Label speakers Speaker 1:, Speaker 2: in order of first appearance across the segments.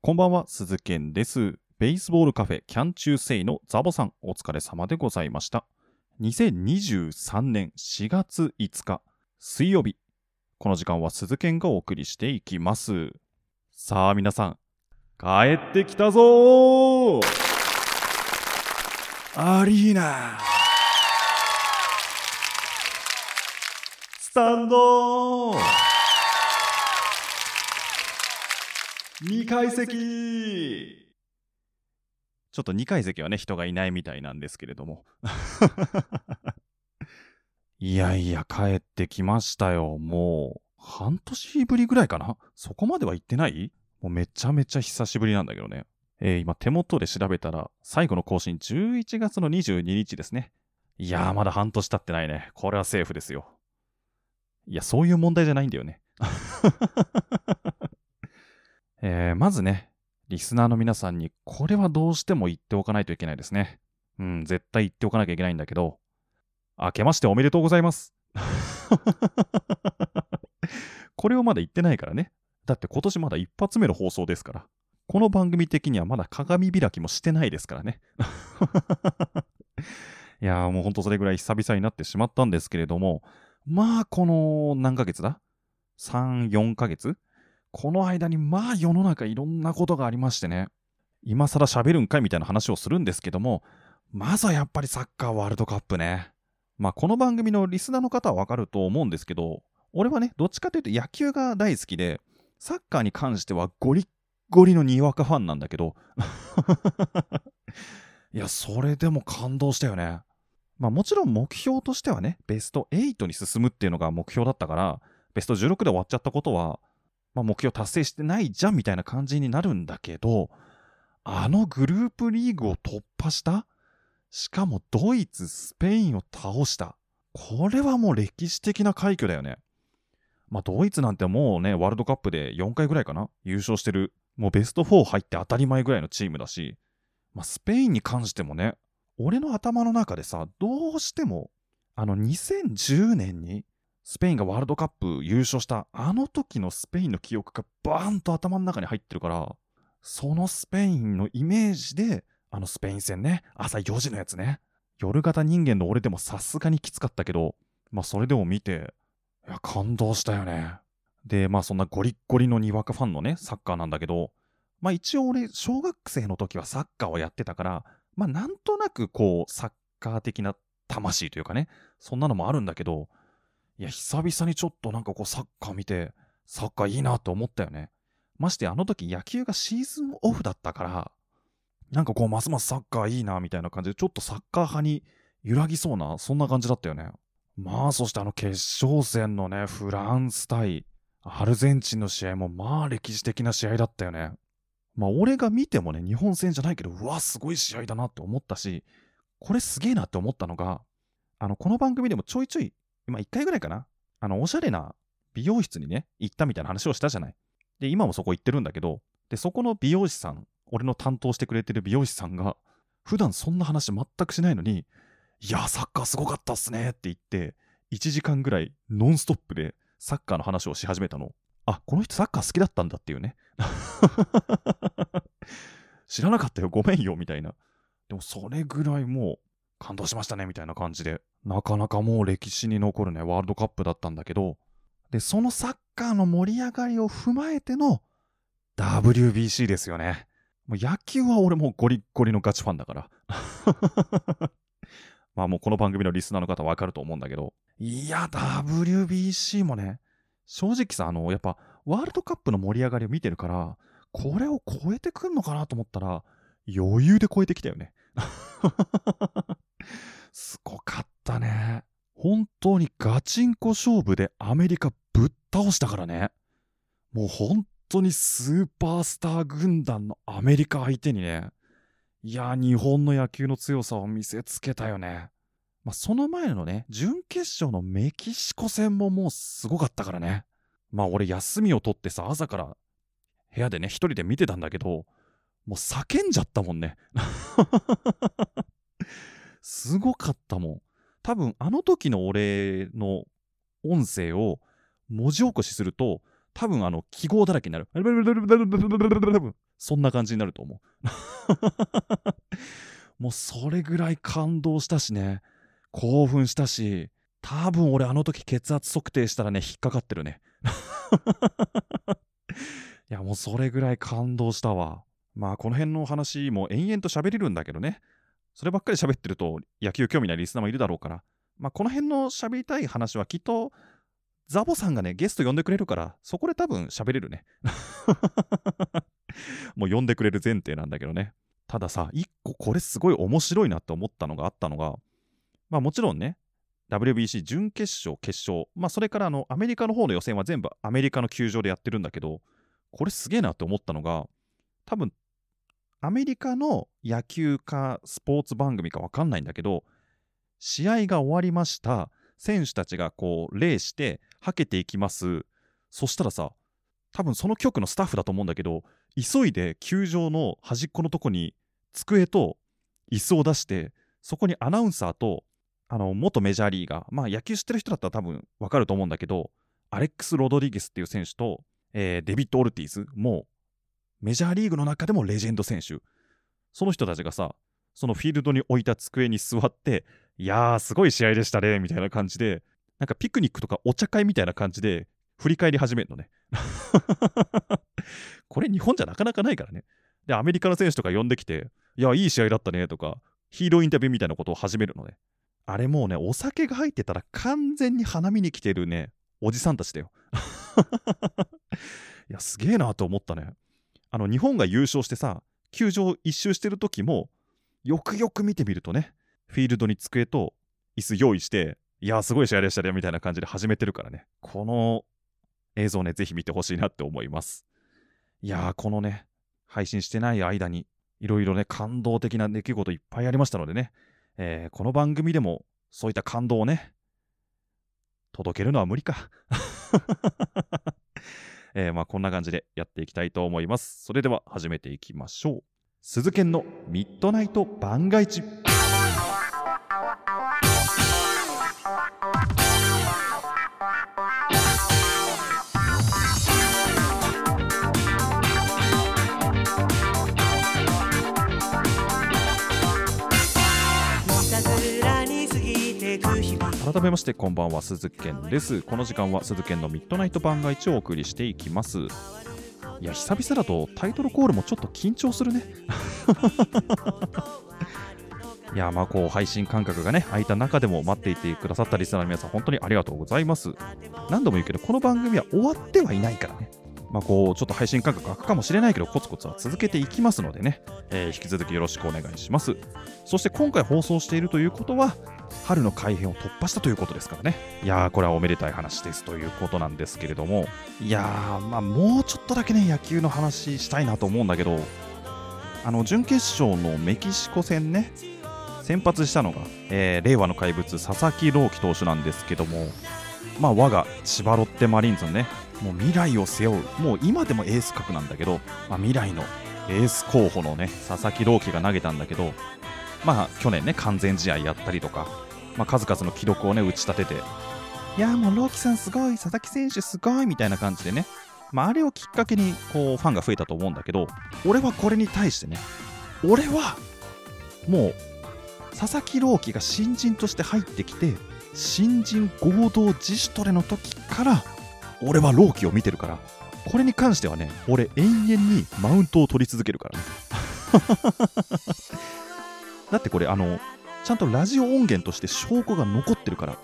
Speaker 1: こんばんは、鈴健です。ベースボールカフェキャンチューセイのザボさん、お疲れ様でございました。2023年4月5日、水曜日。この時間は鈴健がお送りしていきます。さあ皆さん、帰ってきたぞー。アリーナスタンド2階席。ちょっと2階席はね、人がいないみたいなんですけれども。いやいや、帰ってきましたよ。もう、半年ぶりぐらいかな。そこまでは行ってない？もうめちゃめちゃ久しぶりなんだけどね。今手元で調べたら、最後の更新11月の22日ですね。いやー、まだ半年経ってないね。これはセーフですよ。いや、そういう問題じゃないんだよね。まずね、リスナーの皆さんにこれはどうしても言っておかないといけないですね。絶対言っておかなきゃいけないんだけど、明けましておめでとうございます。これをまだ言ってないからね。だって今年まだ一発目の放送ですから。この番組的にはまだ鏡開きもしてないですからね。いやーもうほんとそれぐらい久々になってしまったんですけれども、まあこの何ヶ月だ ?3、4ヶ月この間にまあ世の中いろんなことがありましてね。今更喋るんかいみたいな話をするんですけども、まずはやっぱりサッカーワールドカップね。まあこの番組のリスナーの方はわかると思うんですけど、俺はね、どっちかというと野球が大好きで、サッカーに関してはゴリッゴリのにわかファンなんだけど、いや、それでも感動したよね。まあもちろん目標としてはね、ベスト8に進むっていうのが目標だったから、ベスト16で終わっちゃったことは、まあ目標達成してないじゃんみたいな感じになるんだけど、あのグループリーグを突破した？しかもドイツ、スペインを倒した。これはもう歴史的な快挙だよね。まあドイツなんてもうね、ワールドカップで4回ぐらいかな優勝してる。もうベスト4入って当たり前ぐらいのチームだし、まあスペインに関してもね、俺の頭の中でさ、どうしても、2010年にスペインがワールドカップ優勝したあの時のスペインの記憶がバーンと頭の中に入ってるから、そのスペインのイメージで、スペイン戦ね、朝4時のやつね。夜型人間の俺でもさすがにきつかったけど、まあそれでも見て、いや、感動したよね。で、まあそんなゴリッゴリのにわかファンのね、サッカーなんだけど、まあ一応俺、小学生の時はサッカーをやってたから、まあなんとなくこう、サッカー的な魂というかね、そんなのもあるんだけど、いや、久々にちょっとなんかこうサッカー見て、サッカーいいなって思ったよね。ましてあの時野球がシーズンオフだったから、なんかこうますますサッカーいいなみたいな感じで、ちょっとサッカー派に揺らぎそうな、そんな感じだったよね。まあそして決勝戦のね、フランス対アルゼンチンの試合もまあ歴史的な試合だったよね。まあ俺が見てもね、日本戦じゃないけど、うわ、すごい試合だなって思ったし、これすげえなって思ったのが、この番組でもちょいちょい、今1回ぐらいかな、おしゃれな美容室にね、行ったみたいな話をしたじゃない。で、今もそこ行ってるんだけど、で、そこの美容師さん、俺の担当してくれてる美容師さんが、普段そんな話全くしないのに、いや、サッカーすごかったっすねって言って、1時間ぐらいノンストップでサッカーの話をし始めたの。あ、この人サッカー好きだったんだっていうね。知らなかったよ、ごめんよ、みたいな。でもそれぐらいもう感動しましたね、みたいな感じで。なかなかもう歴史に残るね、ワールドカップだったんだけど、で、そのサッカーの盛り上がりを踏まえての WBC ですよね。もう野球は俺もゴリッゴリのガチファンだから。まあもうこの番組のリスナーの方わかると思うんだけど。いや、WBC もね、正直さ、やっぱワールドカップの盛り上がりを見てるから、これを超えてくんのかなと思ったら、余裕で超えてきたよね。すごかったね。本当にガチンコ勝負でアメリカぶっ倒したからね。もう本当にスーパースター軍団のアメリカ相手にね、いや、日本の野球の強さを見せつけたよね。まあ、その前のね、準決勝のメキシコ戦ももうすごかったからね。まあ俺休みを取ってさ、朝から部屋でね、一人で見てたんだけど、もう叫んじゃったもんね。すごかったもん。多分あの時の俺の音声を文字起こしすると、多分記号だらけになる。 そんな感じになると思う。もうそれぐらい感動したしね、興奮したし、多分俺あの時血圧測定したらね、引っかかってるね。いやもうそれぐらい感動したわ。まあこの辺の話も延々と喋れるんだけどね。そればっかり喋ってると野球興味ないリスナーもいるだろうから。まあこの辺の喋りたい話はきっとザボさんがね、ゲスト呼んでくれるから、そこで多分喋れるね。もう呼んでくれる前提なんだけどね。たださ、一個これすごい面白いなって思ったのがあったのが、まあもちろんね、WBC 準決勝、決勝、まあそれからアメリカの方の予選は全部アメリカの球場でやってるんだけど、これすげえなって思ったのが、多分アメリカの野球かスポーツ番組か分かんないんだけど、試合が終わりました。選手たちがこう礼してはけていきます。そしたらさ、多分その局のスタッフだと思うんだけど、急いで球場の端っこのとこに机と椅子を出して、そこにアナウンサーと元メジャーリーガー、まあ野球知ってる人だったら多分分かると思うんだけど、アレックス・ロドリゲスっていう選手と、デビッド・オルティーズ、もうメジャーリーグの中でもレジェンド選手、その人たちがさ、そのフィールドに置いた机に座って、いやーすごい試合でしたねみたいな感じで、なんかピクニックとかお茶会みたいな感じで振り返り始めるのね。これ日本じゃなかなかないからね。で、アメリカの選手とか呼んできて、いや、いい試合だったねとか、ヒーローインタビューみたいなことを始めるのね。あれもうね、お酒が入ってたら完全に花見に来てるね、おじさんたちだよ。いや、すげえなと思ったね。日本が優勝してさ、球場一周してる時も、よくよく見てみるとね、フィールドに机と椅子用意して、いやーすごい試合でしたねみたいな感じで始めてるからね。この映像ね、ぜひ見てほしいなって思います。いやー、このね、配信してない間に、いろいろね、感動的な出来事いっぱいありましたのでね、この番組でもそういった感動をね、届けるのは無理か。まあこんな感じでやっていきたいと思います。それでは始めていきましょう。鈴研のミッドナイト番外地。改めましてこんばんは、鈴研です。この時間は鈴研のミッドナイト番外地をお送りしていきます。いや、久々だとタイトルコールもちょっと緊張するね。いや、まあこう配信間隔がね空いた中でも待っていてくださったリスナーの皆さん、本当にありがとうございます。何度も言うけど、この番組は終わってはいないからね。まあこうちょっと配信間隔空くかもしれないけど、コツコツは続けていきますのでね、引き続きよろしくお願いします。そして今回放送しているということは、春の改編を突破したということですからね。いやー、これはおめでたい話ですということなんですけれども、いやー、まあもうちょっとだけね野球の話したいなと思うんだけど、準決勝のメキシコ戦ね、先発したのが、令和の怪物佐々木朗希投手なんですけども、まあ我が千葉ロッテマリーンズのね、もう未来を背負う、もう今でもエース格なんだけど、まあ、未来のエース候補のね佐々木朗希が投げたんだけど、まあ去年ね完全試合やったりとか、まあ、数々の記録をね打ち立てて、いやーもう朗希さんすごい、佐々木選手すごいみたいな感じでね、まああれをきっかけにこうファンが増えたと思うんだけど、俺はこれに対してね、俺はもう佐々木朗希が新人として入ってきて、新人合同自主トレの時から俺は朗希を見てるから、これに関してはね、俺永遠にマウントを取り続けるからね。だってこれちゃんとラジオ音源として証拠が残ってるから、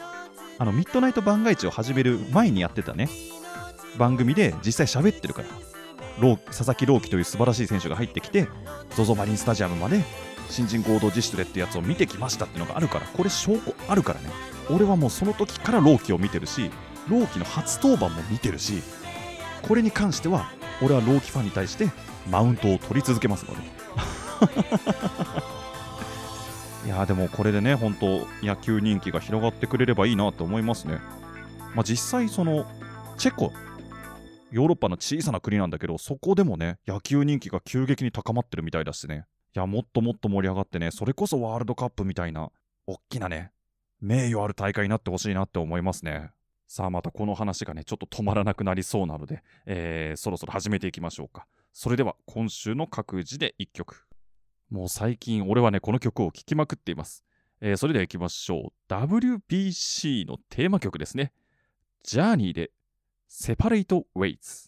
Speaker 1: ミッドナイト番外地を始める前にやってたね番組で実際喋ってるから、佐々木朗希という素晴らしい選手が入ってきて ZOZO マリンスタジアムまで新人合同自主トレってやつを見てきましたっていうのがあるから、これ証拠あるからね。俺はもうその時から朗希を見てるし、朗希の初登板も見てるし、これに関しては俺は朗希ファンに対してマウントを取り続けますので。いやーでもこれでね、本当野球人気が広がってくれればいいなと思いますね。まあ実際そのチェコ、ヨーロッパの小さな国なんだけど、そこでもね野球人気が急激に高まってるみたいだしね。いや、もっともっと盛り上がってね、それこそワールドカップみたいな大きなね名誉ある大会になってほしいなって思いますね。さあまたこの話がねちょっと止まらなくなりそうなので、そろそろ始めていきましょうか。 それでは今週の各自で1曲。もう最近俺はねこの曲を聴きまくっています。それでは行きましょう。 WBC のテーマ曲ですね。ジャーニーでセパレイトウェイツ。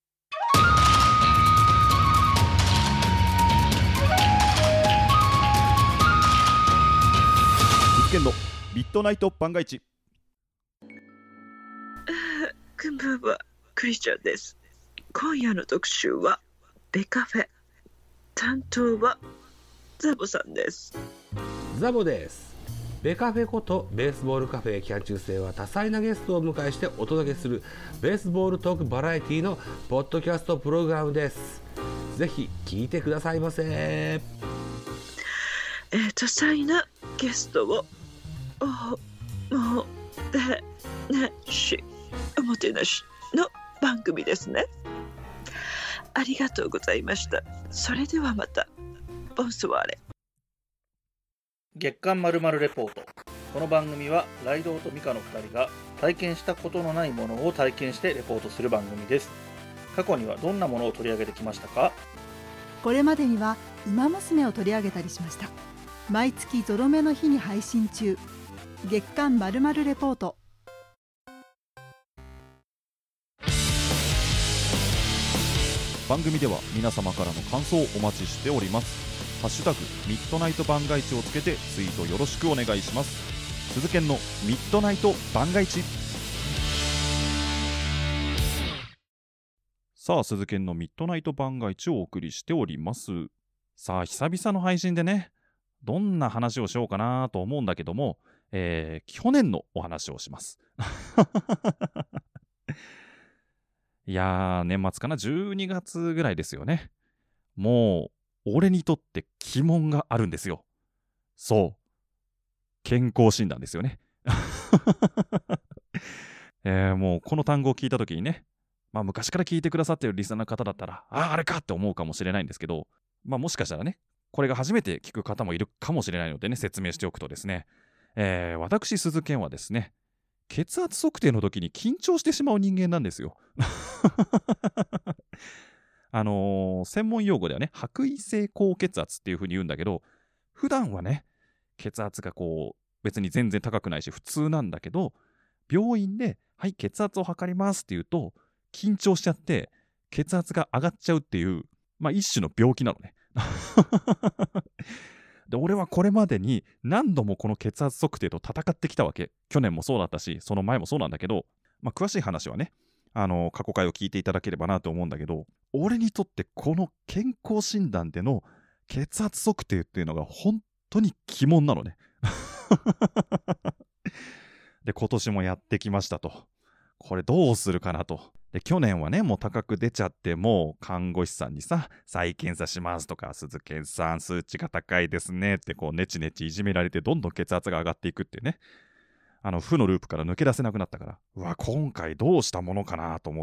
Speaker 1: 鈴研のミッドナイト番外地。
Speaker 2: こんばんは、クリスチャンです。今夜の特集はベカフェ。担当はザボさんです。
Speaker 3: ザボです。ベカフェことベースボールカフェ期間中世は多彩なゲストをお迎えしてお届けするベースボールトークバラエティのポッドキャストプログラムです。ぜひ聞いてくださいませ。
Speaker 2: 多彩なゲストをおもてなしの番組ですね。ありがとうございました。それではまた。ボンソワーレ。
Speaker 4: 月刊まるまるレポート。この番組はライドウとミカの2人が体験したことのないものを体験してレポートする番組です。過去にはどんなものを取り上げてきましたか？
Speaker 5: これまでにはウマ娘を取り上げたりしました。毎月ゾロ目の日に配信中、月刊まるまるレポート。
Speaker 1: 番組では皆様からの感想をお待ちしております。ハッシュタグミッドナイト番外地をつけてツイートよろしくお願いします。鈴研のミッドナイト番外地。さあ、鈴研のミッドナイト番外地をお送りしております。さあ、久々の配信でね、どんな話をしようかなと思うんだけども、去年のお話をします。いやー、年末かな、12月ぐらいですよね。もう俺にとって疑問があるんですよ。そう、健康診断ですよね。もうこの単語を聞いたときにね、昔から聞いてくださっているリスナーの方だったら、あれかって思うかもしれないんですけど、もしかしたらね、これが初めて聞く方もいるかもしれないのでね、説明しておくとですね、私鈴研はですね、血圧測定の時に緊張してしまう人間なんですよ。専門用語ではね、白衣性高血圧っていう風に言うんだけど、普段はね、血圧が別に全然高くないし普通なんだけど、病院ではい血圧を測りますって言うと緊張しちゃって血圧が上がっちゃうっていう、一種の病気なのね。で、俺はこれまでに何度もこの血圧測定と戦ってきたわけ。去年もそうだったし、その前もそうなんだけど、詳しい話はね、過去回を聞いていただければなと思うんだけど、俺にとってこの健康診断での血圧測定っていうのが本当に疑問なのね。で、今年もやってきましたと。これどうするかなと。で、去年はね、もう高く出ちゃって、もう看護師さんにさ、再検査しますとか、鈴研さん数値が高いですねってネチネチいじめられて、どんどん血圧が上がっていくっていうね。負のループから抜け出せなくなったから、今回どうしたものかなと思って、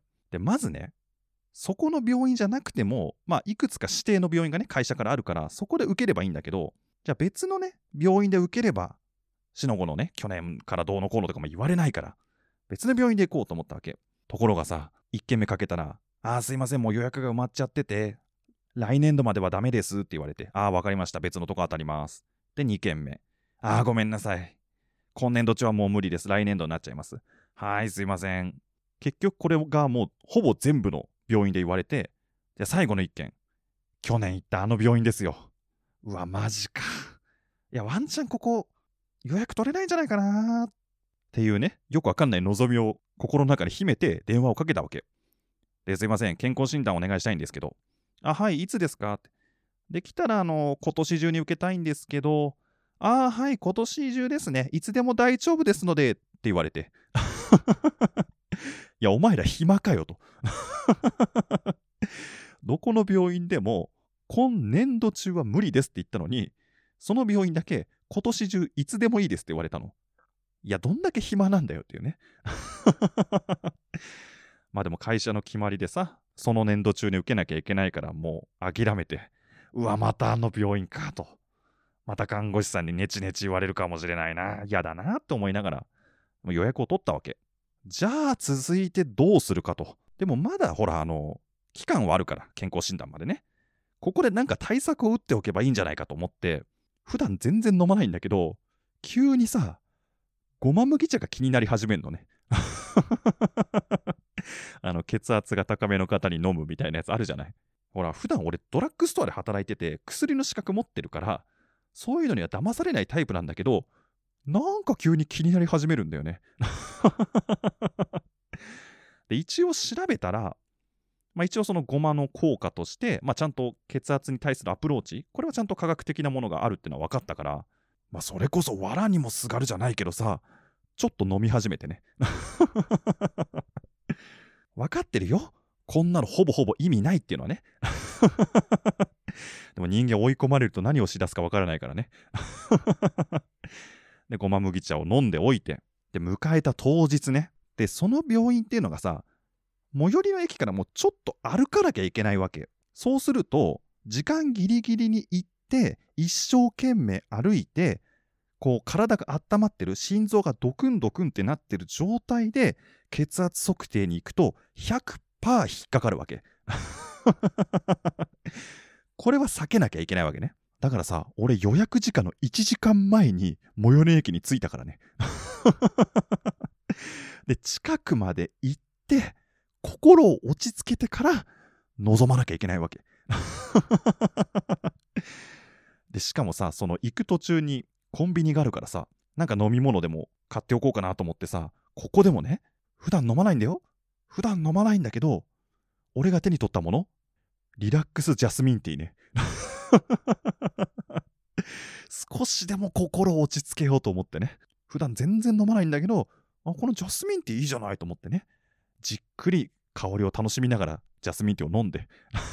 Speaker 1: で、まずね、そこの病院じゃなくても、いくつか指定の病院がね、会社からあるから、そこで受ければいいんだけど、じゃあ別のね、病院で受ければ、しのごのね、去年からどうのこうのとかも言われないから、別の病院で行こうと思ったわけ。ところがさ、1件目かけたら、すいません、もう予約が埋まっちゃってて、来年度まではダメですって言われて、わかりました、別のとこ当たります。で、2件目、ごめんなさい。今年度中はもう無理です。来年度になっちゃいます。はい、すいません。結局これがもうほぼ全部の病院で言われて、じゃあ最後の1件。去年行ったあの病院ですよ。マジか。いや、ワンチャンここ予約取れないんじゃないかなっていうね、よくわかんない望みを心の中に秘めて電話をかけたわけ。で、すいません、健康診断お願いしたいんですけど。はい、いつですかって。できたら今年中に受けたいんですけど、はい、今年中ですね。いつでも大丈夫ですので、って言われて。いや、お前ら暇かよと。どこの病院でも、今年度中は無理ですって言ったのに、その病院だけ、今年中いつでもいいですって言われたの。いや、どんだけ暇なんだよっていうね。でも会社の決まりでさ、その年度中に受けなきゃいけないから、もう諦めて、またあの病院かと。また看護師さんにネチネチ言われるかもしれないな。嫌だなって思いながら、予約を取ったわけ。じゃあ続いてどうするかと。でもまだほら期間はあるから、健康診断までね。ここでなんか対策を打っておけばいいんじゃないかと思って、普段全然飲まないんだけど、急にさ、ごま麦茶が気になり始めるのね。血圧が高めの方に飲むみたいなやつあるじゃない。ほら、普段俺ドラッグストアで働いてて、薬の資格持ってるから、そういうのには騙されないタイプなんだけど、なんか急に気になり始めるんだよね。で、一応調べたら、一応そのごまの効果として、ちゃんと血圧に対するアプローチ、これはちゃんと科学的なものがあるってのは分かったから、それこそ藁にもすがるじゃないけどさ、ちょっと飲み始めてね。分かってるよ。こんなのほぼほぼ意味ないっていうのはね。でも人間追い込まれると何をしだすか分からないからね。で、ごま麦茶を飲んでおいて、で、迎えた当日ね。で、その病院っていうのがさ、最寄りの駅からもうちょっと歩かなきゃいけないわけ。そうすると、時間ギリギリに行って、一生懸命歩いて、こう体が温まってる、心臓がドクンドクンってなってる状態で、血圧測定に行くと 100% 引っかかるわけ。これは避けなきゃいけないわけね。だからさ、俺予約時間の1時間前に最寄り駅に着いたからね。で、近くまで行って、心を落ち着けてから臨まなきゃいけないわけ。で、しかもさ、その行く途中にコンビニがあるからさ、なんか飲み物でも買っておこうかなと思ってさ、ここでもね、普段飲まないんだよ。普段飲まないんだけど、俺が手に取ったもの、リラックスジャスミンティーね。少しでも心を落ち着けようと思ってね。普段全然飲まないんだけど、このジャスミンティーいいじゃないと思ってね。じっくり香りを楽しみながらジャスミンティーを飲んで。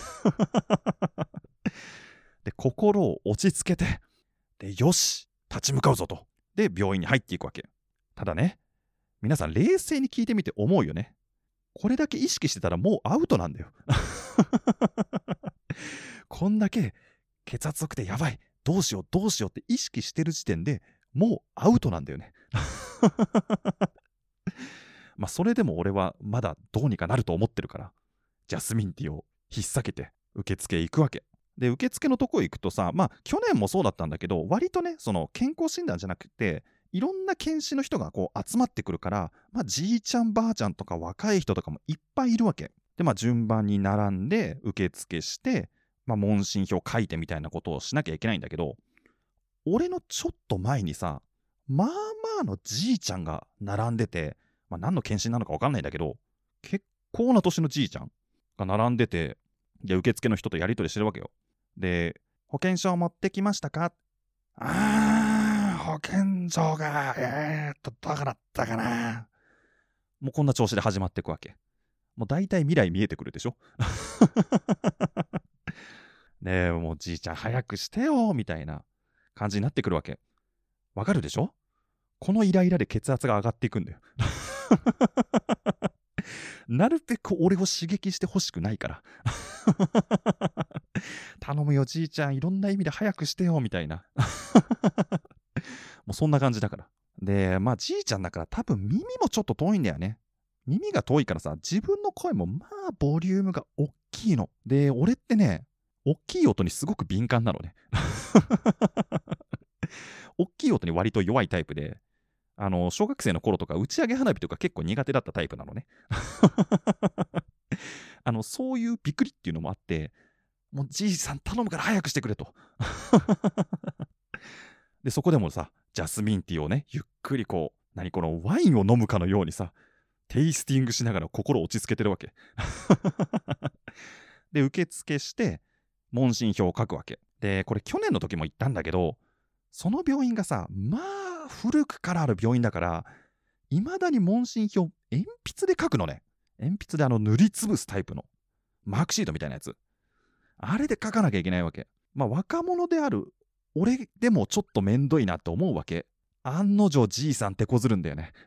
Speaker 1: で、心を落ち着けて、で、よし、立ち向かうぞと。で、病院に入っていくわけ。ただね、皆さん冷静に聞いてみて思うよね。これだけ意識してたらもうアウトなんだよ。こんだけ血圧測定やばい、どうしようどうしようって意識してる時点でもうアウトなんだよね。それでも俺はまだどうにかなると思ってるから、ジャスミンティーを引っ提げて受付行くわけ。で、受付のとこ行くとさ、去年もそうだったんだけど、割とね、その健康診断じゃなくて、いろんな検視の人がこう集まってくるから、じいちゃんばあちゃんとか若い人とかもいっぱいいるわけ。で、順番に並んで受付して、問診票書いてみたいなことをしなきゃいけないんだけど、俺のちょっと前にさ、まあまあのじいちゃんが並んでて、何の検診なのか分かんないんだけど、結構な年のじいちゃんが並んでて、で、受付の人とやり取りしてるわけよ。で、保険証持ってきましたか？保険証が、どこだったかな。もうこんな調子で始まっていくわけ。もう大体未来見えてくるでしょ。ねえ、もうじいちゃん早くしてよ、みたいな感じになってくるわけ。わかるでしょ？このイライラで血圧が上がっていくんだよ。なるべく俺を刺激してほしくないから。頼むよじいちゃん、いろんな意味で早くしてよ、みたいな。もうそんな感じだから。で、じいちゃんだから多分耳もちょっと遠いんだよね。耳が遠いからさ、自分の声もボリュームが大きいの。で、俺ってね、大きい音にすごく敏感なのね。大きい音に割と弱いタイプで、小学生の頃とか打ち上げ花火とか結構苦手だったタイプなのね。そういうビクリっていうのもあって、もうじいさん頼むから早くしてくれと。で、そこでもさ、ジャスミンティーをね、ゆっくりこのワインを飲むかのようにさ、テイスティングしながら心を落ち着けてるわけ。で、受付して、問診票を書くわけ。で、これ去年の時も言ったんだけど、その病院がさ、古くからある病院だから、未だに問診票、鉛筆で書くのね。鉛筆で塗りつぶすタイプの、マークシートみたいなやつ。あれで書かなきゃいけないわけ。若者である俺でもちょっとめんどいなって思うわけ。案の定じいさん手こずるんだよね。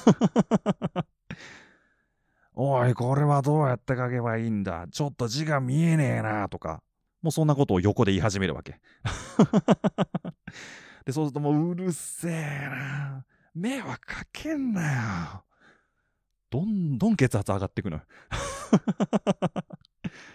Speaker 1: おい、これはどうやって書けばいいんだ。ちょっと字が見えねえなとか。もうそんなことを横で言い始めるわけ。で、そうするともううるせえな。目はかけんなよ。どんどん血圧上がっていくのよ。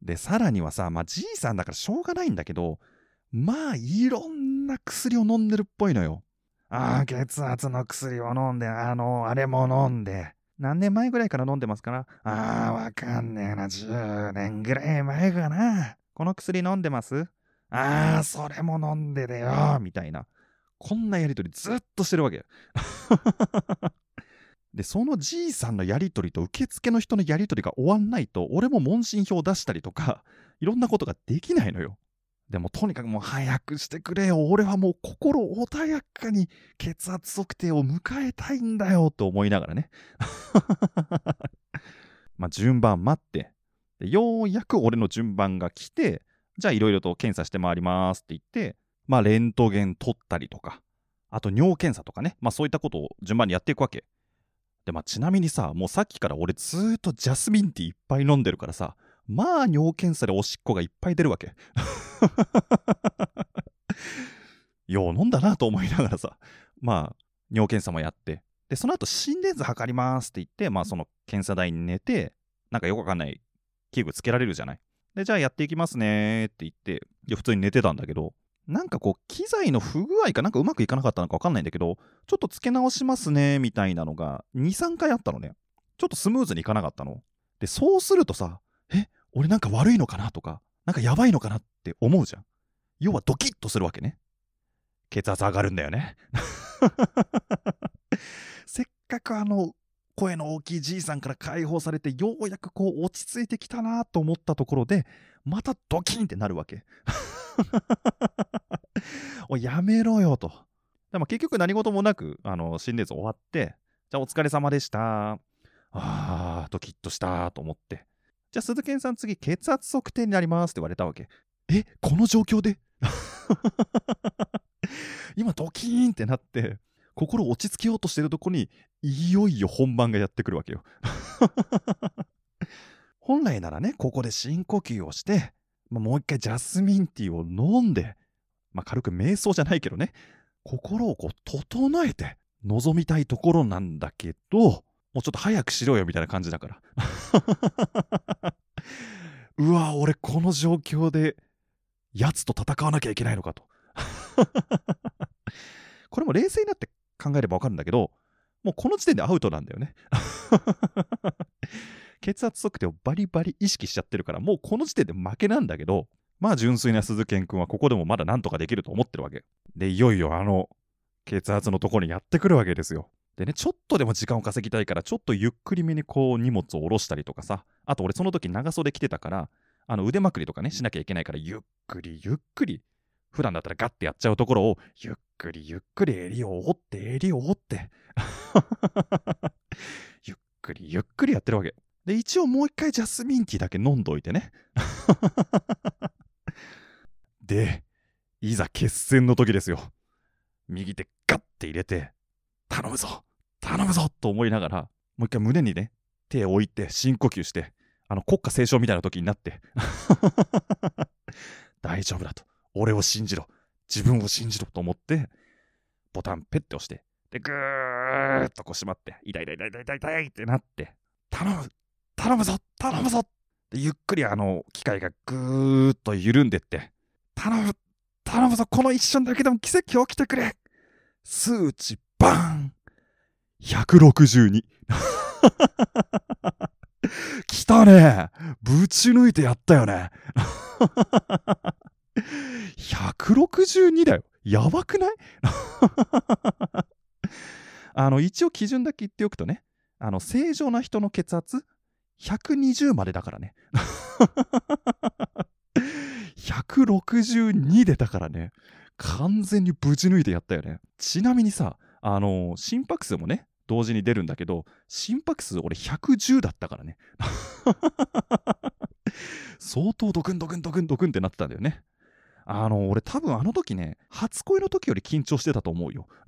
Speaker 1: で、さらにはさ、じいさんだからしょうがないんだけど、いろんな薬を飲んでるっぽいのよ。血圧の薬を飲んで、あれも飲んで。何年前ぐらいから飲んでますかな？わかんねえな。10年ぐらい前かな。この薬飲んでます？それも飲んででよ。みたいな。こんなやりとりずっとしてるわけ。で、そのじいさんのやりとりと受付の人のやりとりが終わんないと、俺も問診票出したりとか、いろんなことができないのよ。でもとにかくもう早くしてくれよ。俺はもう心穏やかに血圧測定を迎えたいんだよと思いながらね。順番待って、でようやく俺の順番が来て、じゃあいろいろと検査して回りますって言って、レントゲン取ったりとか、あと尿検査とかね、そういったことを順番にやっていくわけ。で、ちなみにさ、もうさっきから俺ずーっとジャスミンティーいっぱい飲んでるからさ、尿検査でおしっこがいっぱい出るわけ。よう飲んだなと思いながらさ、尿検査もやって、で、その後心電図測りますって言って、その検査台に寝て、なんかよくわかんない器具つけられるじゃない。で、じゃあやっていきますねって言って、普通に寝てたんだけど、なんか機材の不具合かなんかうまくいかなかったのかわかんないんだけど、ちょっとつけ直しますねみたいなのが2、3回あったのね。ちょっとスムーズにいかなかったの。で、そうするとさ、俺なんか悪いのかなとか、なんかやばいのかなって思うじゃん。要はドキッとするわけね。血圧上がるんだよね。せっかく声の大きいじいさんから解放されて、ようやく落ち着いてきたなと思ったところで、またドキンってなるわけ。おいやめろよと。でも結局何事もなく心電図終わって、じゃあお疲れ様でした。ドキッとしたと思って。じゃあ鈴賢さん次血圧測定になりますって言われたわけ。この状況で今ドキーンってなって、心落ち着けようとしてるとこに、いよいよ本番がやってくるわけよ。本来ならね、ここで深呼吸をして、もう一回ジャスミンティーを飲んで、軽く瞑想じゃないけどね、心を整えて臨みたいところなんだけど、もうちょっと早くしろよみたいな感じだから。うわ、俺この状況で奴と戦わなきゃいけないのかと。これも冷静になって考えればわかるんだけど、もうこの時点でアウトなんだよね。血圧測定をバリバリ意識しちゃってるから、もうこの時点で負けなんだけど、純粋な鈴賢くんはここでもまだなんとかできると思ってるわけ。で、いよいよ血圧のところにやってくるわけですよ。でね、ちょっとでも時間を稼ぎたいから、ちょっとゆっくりめに荷物を下ろしたりとかさ、あと俺その時長袖着てたから、腕まくりとかね、しなきゃいけないから、ゆっくりゆっくり、普段だったらガッてやっちゃうところを、ゆっくりゆっくり襟を折って、ゆっくりゆっくりやってるわけ。で、一応もう一回ジャスミンティーだけ飲んどいてね。で、いざ決戦の時ですよ。右手ガッて入れて、頼むぞと思いながら、もう一回胸にね、手を置いて深呼吸して、国歌斉唱みたいな時になって、大丈夫だと。俺を信じろ。自分を信じろと思って、ボタンペッて押して、で、ぐーっと閉まって、痛いってなって、頼むぞで、ゆっくり機械がぐーっと緩んでって、頼むぞ、この一瞬だけでも奇跡起きてくれ。数値バーン !162 来たね。ぶち抜いてやったよね。162だよ。やばくない？一応基準だけ言っておくとね、正常な人の血圧120までだからね。162でだからね、完全にぶち抜いてやったよね。ちなみにさ、心拍数もね、同時に出るんだけど、心拍数俺110だったからね。相当ドクンってなってたんだよね。俺多分あの時ね、初恋の時より緊張してたと思うよ。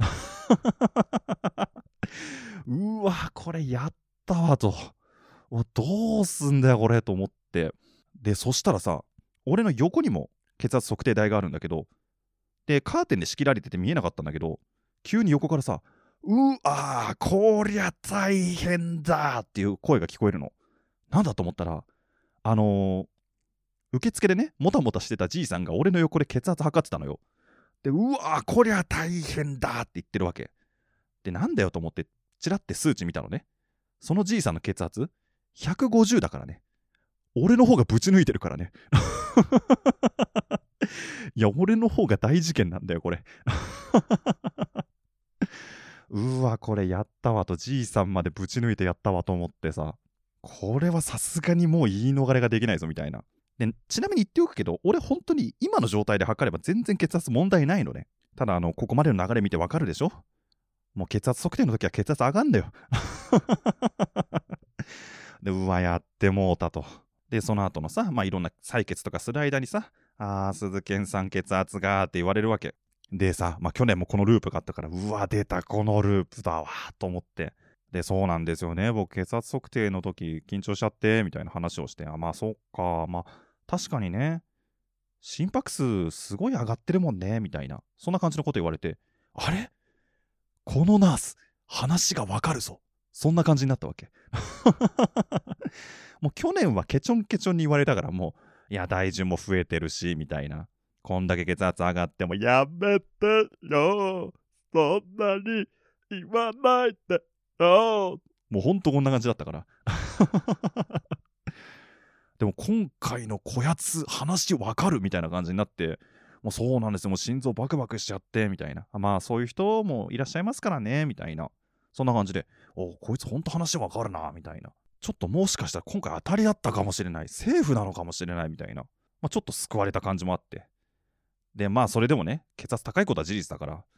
Speaker 1: うわ、これやったわと。どうすんだよこれと思って。で、そしたらさ、俺の横にも血圧測定台があるんだけど、で、カーテンで仕切られてて見えなかったんだけど、急に横からさ、こりゃ大変だっていう声が聞こえるの。なんだと思ったら、 受付でねもたもたしてたじいさんが俺の横で血圧測ってたのよ。で、うわーこりゃ大変だって言ってるわけで、なんだよと思ってチラって数値見たのね。そのじいさんの血圧150だからね。俺の方がぶち抜いてるからねいや俺の方が大事件なんだよこれうわこれやったわと、じいさんまでぶち抜いてやったわと思ってさ、これはさすがにもう言い逃れができないぞみたいな。でちなみに言っておくけど、俺本当に今の状態で測れば全然血圧問題ないのね。ただここまでの流れ見てわかるでしょ。もう血圧測定の時は血圧上がんだよで、うわやってもうたと。でその後のさ、いろんな採血とかする間にさ、鈴賢さん血圧がって言われるわけでさ、去年もこのループがあったから、うわ出たこのループだわと思って、でそうなんですよね、僕血圧測定の時緊張しちゃってみたいな話をして、そっか、確かにね心拍数すごい上がってるもんねみたいな、そんな感じのこと言われて、あれこのナース話がわかるぞ、そんな感じになったわけもう去年はケチョンケチョンに言われたから、もういや体重も増えてるしみたいな、こんだけ血圧上がってもやめてよそんなに言わないでよ、もうほんとこんな感じだったからでも今回のこやつ話わかるみたいな感じになって、もうそうなんですよ、もう心臓バクバクしちゃってみたいな、そういう人もいらっしゃいますからねみたいな、そんな感じで、こいつほんと話わかるなみたいな、ちょっともしかしたら今回当たりだったかもしれない、セーフなのかもしれないみたいな、ちょっと救われた感じもあって、でそれでもね血圧高いことは事実だから、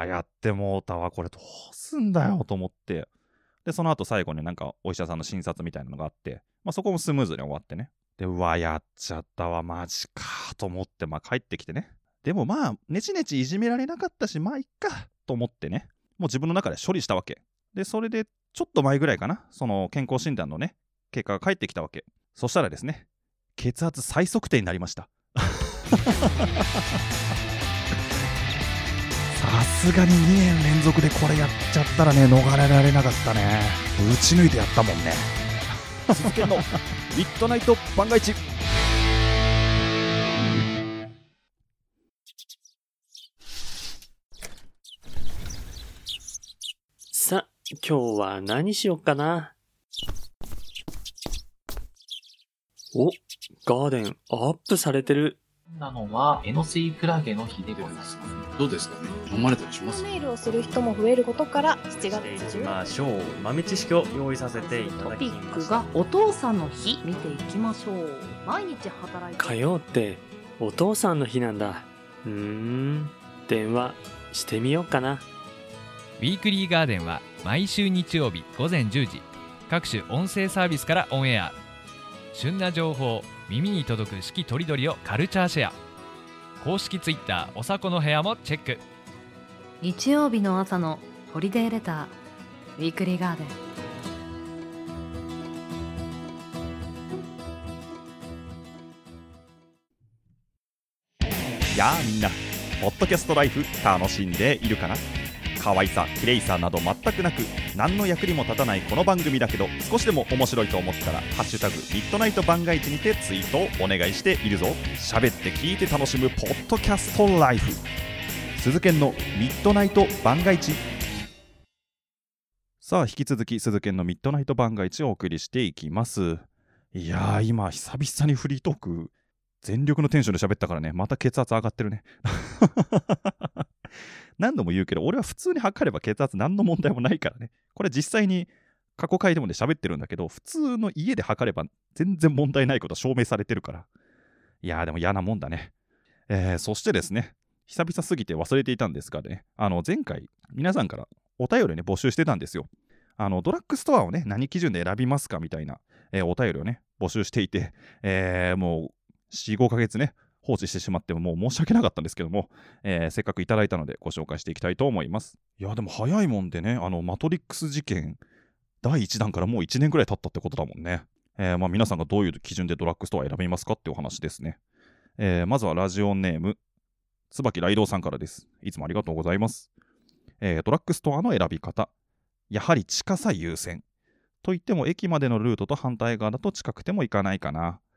Speaker 1: やってもうたわこれどうすんだよと思って、でその後最後になんかお医者さんの診察みたいなのがあって、そこもスムーズに終わってね、でやっちゃったわマジかと思って、帰ってきてね、でもネチネチいじめられなかったしいっかと思ってね、もう自分の中で処理したわけで、それでちょっと前ぐらいかな、その健康診断のね結果が返ってきたわけ。そしたらですね、血圧再測定になりましたさすがに2年連続でこれやっちゃったらね逃れられなかったね。打ち抜いてやったもんね鈴研のミッドナイト番外地。
Speaker 6: さあ今日は何しよっかな。お、ガーデンアップされてる。
Speaker 7: なのはエノスイクラゲの日でございます。
Speaker 8: どうですかね、飲まれたりします？
Speaker 9: ネイルをする人も増えることから7月
Speaker 6: していきましょう。豆知識を用意させていただきました。
Speaker 10: トピックがお父さんの日見ていきましょう。毎日働いて
Speaker 6: 火曜ってお父さんの日なんだ。電話してみようかな。
Speaker 11: ウィークリーガーデンは毎週日曜日午前10時各種音声サービスからオンエア。旬な情報、耳に届く四季とりどりをカルチャーシェア。公式ツイッターおさこの部屋もチェック。
Speaker 10: 日曜日の朝のホリデーレターウィークリーガーデン。
Speaker 1: やあみんな、ポッドキャストライフ楽しんでいるかな。可愛さ、綺麗さなど全くなく、何の役にも立たないこの番組だけど、少しでも面白いと思ったらハッシュタグミッドナイト番外地にてツイートをお願いしているぞ。喋って聞いて楽しむポッドキャストライフ、鈴研のミッドナイト番外地。さあ引き続き鈴研のミッドナイト番外地をお送りしていきます。いやー、今久々にフリートーク全力のテンションで喋ったからね、また血圧上がってるね何度も言うけど、俺は普通に測れば血圧何の問題もないからね。これ実際に過去回でもね喋ってるんだけど、普通の家で測れば全然問題ないことは証明されてるから。いやーでも嫌なもんだね。そしてですね、久々すぎて忘れていたんですがね、前回皆さんからお便りね募集してたんですよ。ドラッグストアをね何基準で選びますかみたいな、お便りをね募集していて、もう 4,5 ヶ月ね放置してしまってもう申し訳なかったんですけども、せっかくいただいたのでご紹介していきたいと思います。いやでも早いもんでね、マトリックス事件第1弾からもう1年くらい経ったってことだもんね。皆さんがどういう基準でドラッグストア選びますかっていうお話ですね。まずはラジオネーム椿雷道さんからです。いつもありがとうございます。ドラッグストアの選び方、やはり近さ優先といっても駅までのルートと反対側だと近くても行かないかな。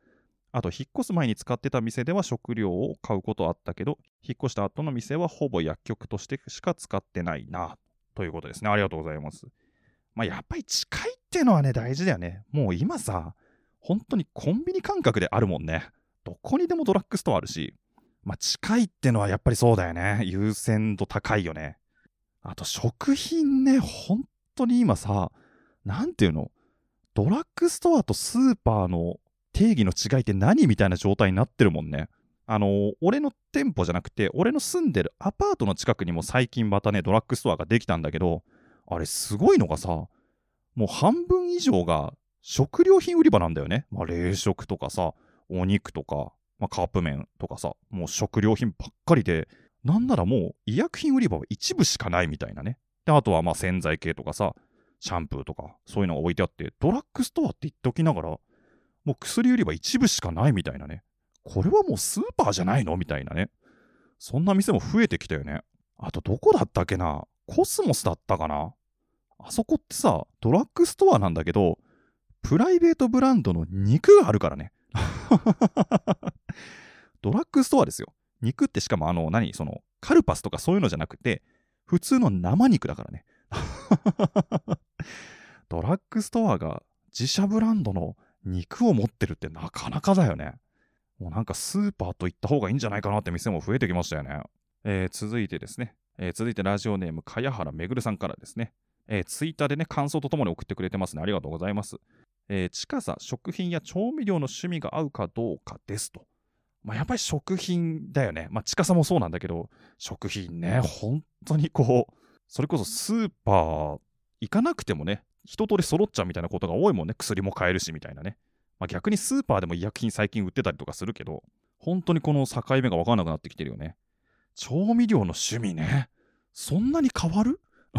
Speaker 1: あと、引っ越す前に使ってた店では食料を買うことあったけど、引っ越した後の店はほぼ薬局としてしか使ってないな。ということですね。ありがとうございます。まあ、やっぱり近いっていうのはね、大事だよね。もう今さ、本当にコンビニ感覚であるもんね。どこにでもドラッグストアあるし、まあ、近いってのはやっぱりそうだよね。優先度高いよね。あと食品ね、本当に今さ、なんていうの、ドラッグストアとスーパーの定義の違いって何みたいな状態になってるもんね。俺の店舗じゃなくて、俺の住んでるアパートの近くにも最近またね、ドラッグストアができたんだけど、あれすごいのがさ、もう半分以上が食料品売り場なんだよね。まあ、冷食とかさ、お肉とか、まあ、カップ麺とかさ、もう食料品ばっかりで、なんならもう医薬品売り場は一部しかないみたいなね。で、あとはまあ洗剤系とかさ、シャンプーとか、そういうのが置いてあって、ドラッグストアって言っておきながら、もう薬売り場一部しかないみたいなね。これはもうスーパーじゃないのみたいなね。そんな店も増えてきたよね。あとどこだったっけな？コスモスだったかな？あそこってさ、ドラッグストアなんだけど、プライベートブランドの肉があるからね。ドラッグストアですよ。肉ってしかもカルパスとかそういうのじゃなくて、普通の生肉だからね。ドラッグストアが自社ブランドの肉を持ってるってなかなかだよね。もうなんかスーパーと行った方がいいんじゃないかなって店も増えてきましたよね。続いてですね、続いてラジオネーム茅原めぐるさんからですね、ツイッターでね感想とともに送ってくれてますね。ありがとうございます。近さ食品や調味料の趣味が合うかどうかですと。まあ、やっぱり食品だよね。まあ、近さもそうなんだけど、食品ね、本当にそれこそスーパー行かなくてもね、一通り揃っちゃうみたいなことが多いもんね。薬も買えるしみたいなね。まあ、逆にスーパーでも医薬品最近売ってたりとかするけど、本当にこの境目が分からなくなってきてるよね。調味料の趣味ね。そんなに変わる？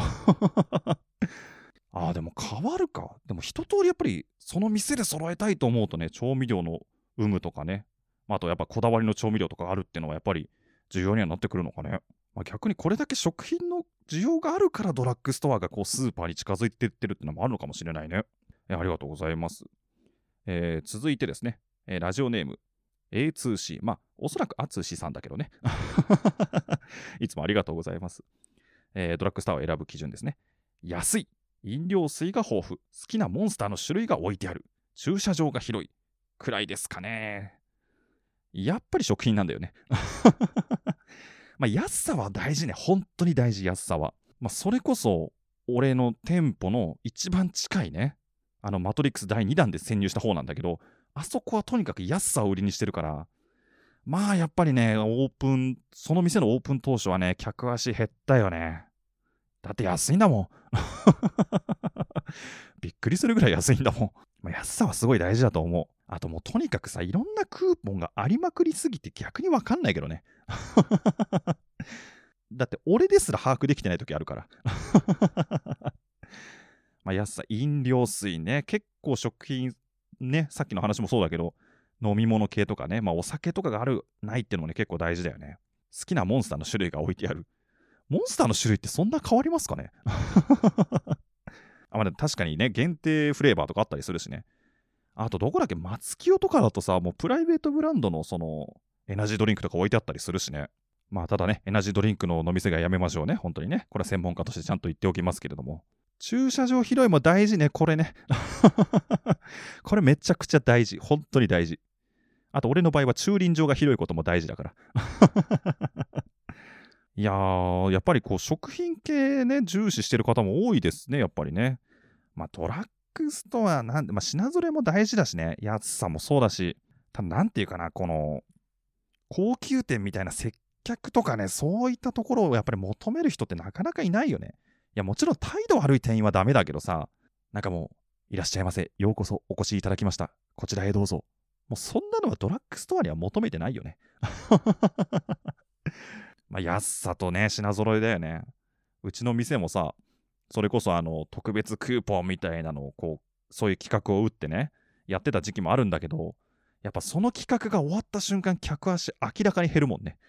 Speaker 1: でも変わるか。でも一通りやっぱりその店で揃えたいと思うとね、調味料の有無とかね、あとやっぱこだわりの調味料とかあるっていうのはやっぱり重要にはなってくるのかね。まあ、逆にこれだけ食品の需要があるからドラッグストアがスーパーに近づいていってるっていうのもあるのかもしれないね。ありがとうございます。続いてですね、ラジオネーム A2C、まあおそらくA2Cさんだけどね。いつもありがとうございます。ドラッグストアを選ぶ基準ですね。安い、飲料水が豊富、好きなモンスターの種類が置いてある、駐車場が広いくらいですかね。やっぱり食品なんだよね。まあ安さは大事ね。本当に大事、安さは。まあそれこそ俺の店舗の一番近いね、マトリックス第2弾で潜入した方なんだけど、あそこはとにかく安さを売りにしてるから、まあやっぱりね、その店のオープン当初はね、客足減ったよね。だって安いんだもん。びっくりするぐらい安いんだもん。まあ、安さはすごい大事だと思う。あともうとにかくさ、いろんなクーポンがありまくりすぎて逆にわかんないけどね。だって俺ですら把握できてない時あるから。まあ安さ、飲料水ね、結構食品ね、さっきの話もそうだけど、飲み物系とかね、まあお酒とかがある、ないっていうのもね、結構大事だよね。好きなモンスターの種類が置いてある。モンスターの種類ってそんな変わりますかね？まあ、確かにね、限定フレーバーとかあったりするしね。あとどこだっけ、松清とかだとさ、もうプライベートブランドのエナジードリンクとか置いてあったりするしね。まあただね、エナジードリンクの飲みせがやめましょうね。本当にね。これは専門家としてちゃんと言っておきますけれども。駐車場広いも大事ね、これね。これめちゃくちゃ大事。本当に大事。あと俺の場合は駐輪場が広いことも大事だから。いやー、やっぱり食品系ね、重視してる方も多いですね、やっぱりね。まあドラッグストアまあ品揃えも大事だしね、安さもそうだし、ただなんていうかな、高級店みたいな接客とかね、そういったところをやっぱり求める人ってなかなかいないよね。いや、もちろん態度悪い店員はダメだけどさ、なんかもう、いらっしゃいませ、ようこそお越しいただきました。こちらへどうぞ。もうそんなのはドラッグストアには求めてないよね。まあ安さとね、品揃えだよね。うちの店もさ、それこそ特別クーポンみたいなのをそういう企画を打ってね、やってた時期もあるんだけど、やっぱその企画が終わった瞬間、客足明らかに減るもんね。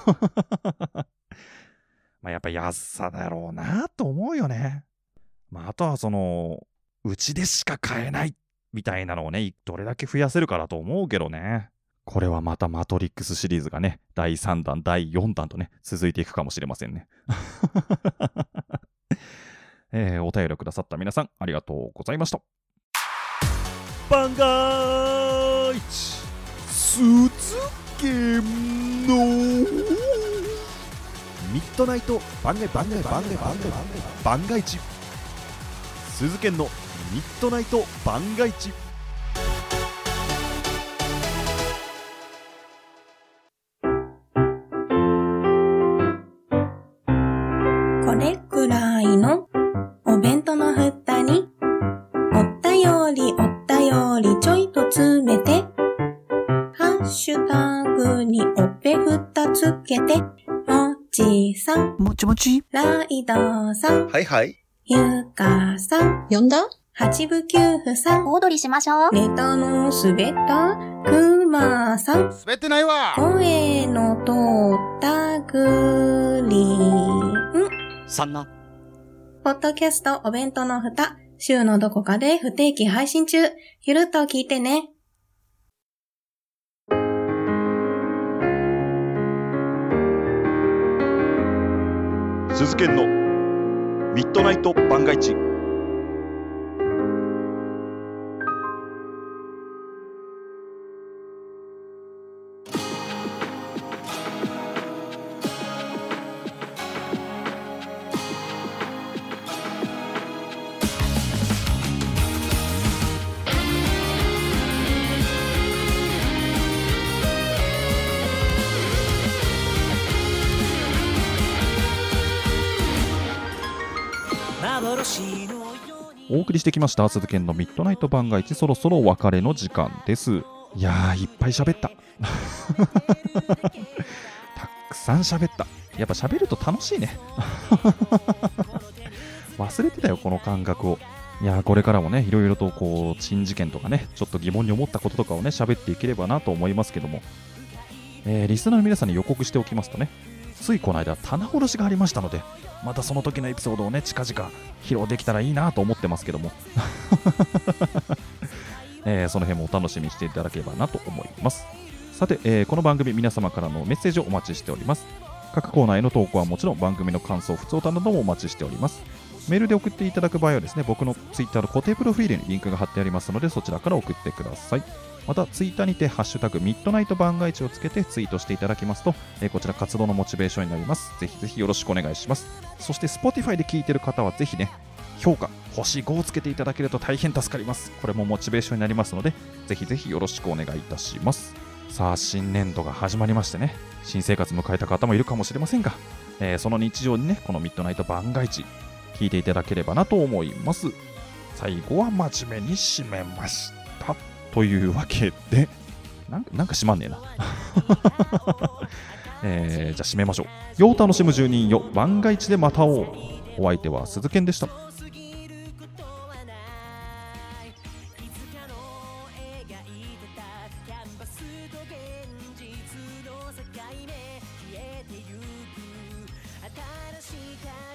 Speaker 1: まあやっぱ安さだろうなと思うよね。まああとはうちでしか買えないみたいなのをね、どれだけ増やせるかだと思うけどね。 これはまたマトリックスシリーズがね、第3弾、第4弾とね、続いていくかもしれませんね。お便りをくださった皆さん、ありがとうございました。
Speaker 12: 番外地鈴研のミッドナイト番外地鈴研のミッドナイト番外地。
Speaker 13: これくらいのお弁当の蓋におったよりちょいと詰めてハッシュタグにおっぺふたつけてもちさん
Speaker 14: もちもち
Speaker 13: ライドさん
Speaker 14: はいはい
Speaker 13: ゆかさん
Speaker 9: 呼んだ
Speaker 13: 八部九夫さん
Speaker 9: 小躍りしましょう。
Speaker 13: ネタの滑ったくまさん
Speaker 14: 滑ってないわ。
Speaker 13: 声の通ったグリーン
Speaker 14: さんな
Speaker 13: ポッドキャストお弁当の蓋、週のどこかで不定期配信中。ゆるっと聞いてね。
Speaker 12: 鈴研のミッドナイト番外地。
Speaker 1: お送りしてきました鈴研のミッドナイト番外地、そろそろお別れの時間です。いやー、いっぱい喋ったたくさん喋った。やっぱ喋ると楽しいね忘れてたよこの感覚を。いやー、これからもね、いろいろとこう珍事件とかね、ちょっと疑問に思ったこととかをね喋っていければなと思いますけども、リスナーの皆さんに予告しておきますとね、ついこの間棚卸しがありましたので、またその時のエピソードをね近々披露できたらいいなと思ってますけどもその辺もお楽しみにしていただければなと思います。さて、この番組皆様からのメッセージをお待ちしております。各コーナーへの投稿はもちろん番組の感想、普通歌などもお待ちしております。メールで送っていただく場合はですね、僕のツイッターの固定プロフィールにリンクが貼ってありますので、そちらから送ってください。またツイッターにてハッシュタグミッドナイト番外地をつけてツイートしていただきますと、こちら活動のモチベーションになります。ぜひぜひよろしくお願いします。そして Spotify で聞いている方はぜひね、評価星5をつけていただけると大変助かります。これもモチベーションになりますので、ぜひぜひよろしくお願いいたします。さあ、新年度が始まりましてね、新生活迎えた方もいるかもしれませんが、その日常にね、このミッドナイト番外地聞いていただければなと思います。最後は真面目に締めましたというわけで、なんか閉まんねえなじゃあ締めましょう。よう楽しむ住人よ、番外地でまた会おう。お相手は鈴研でした。
Speaker 15: 新しい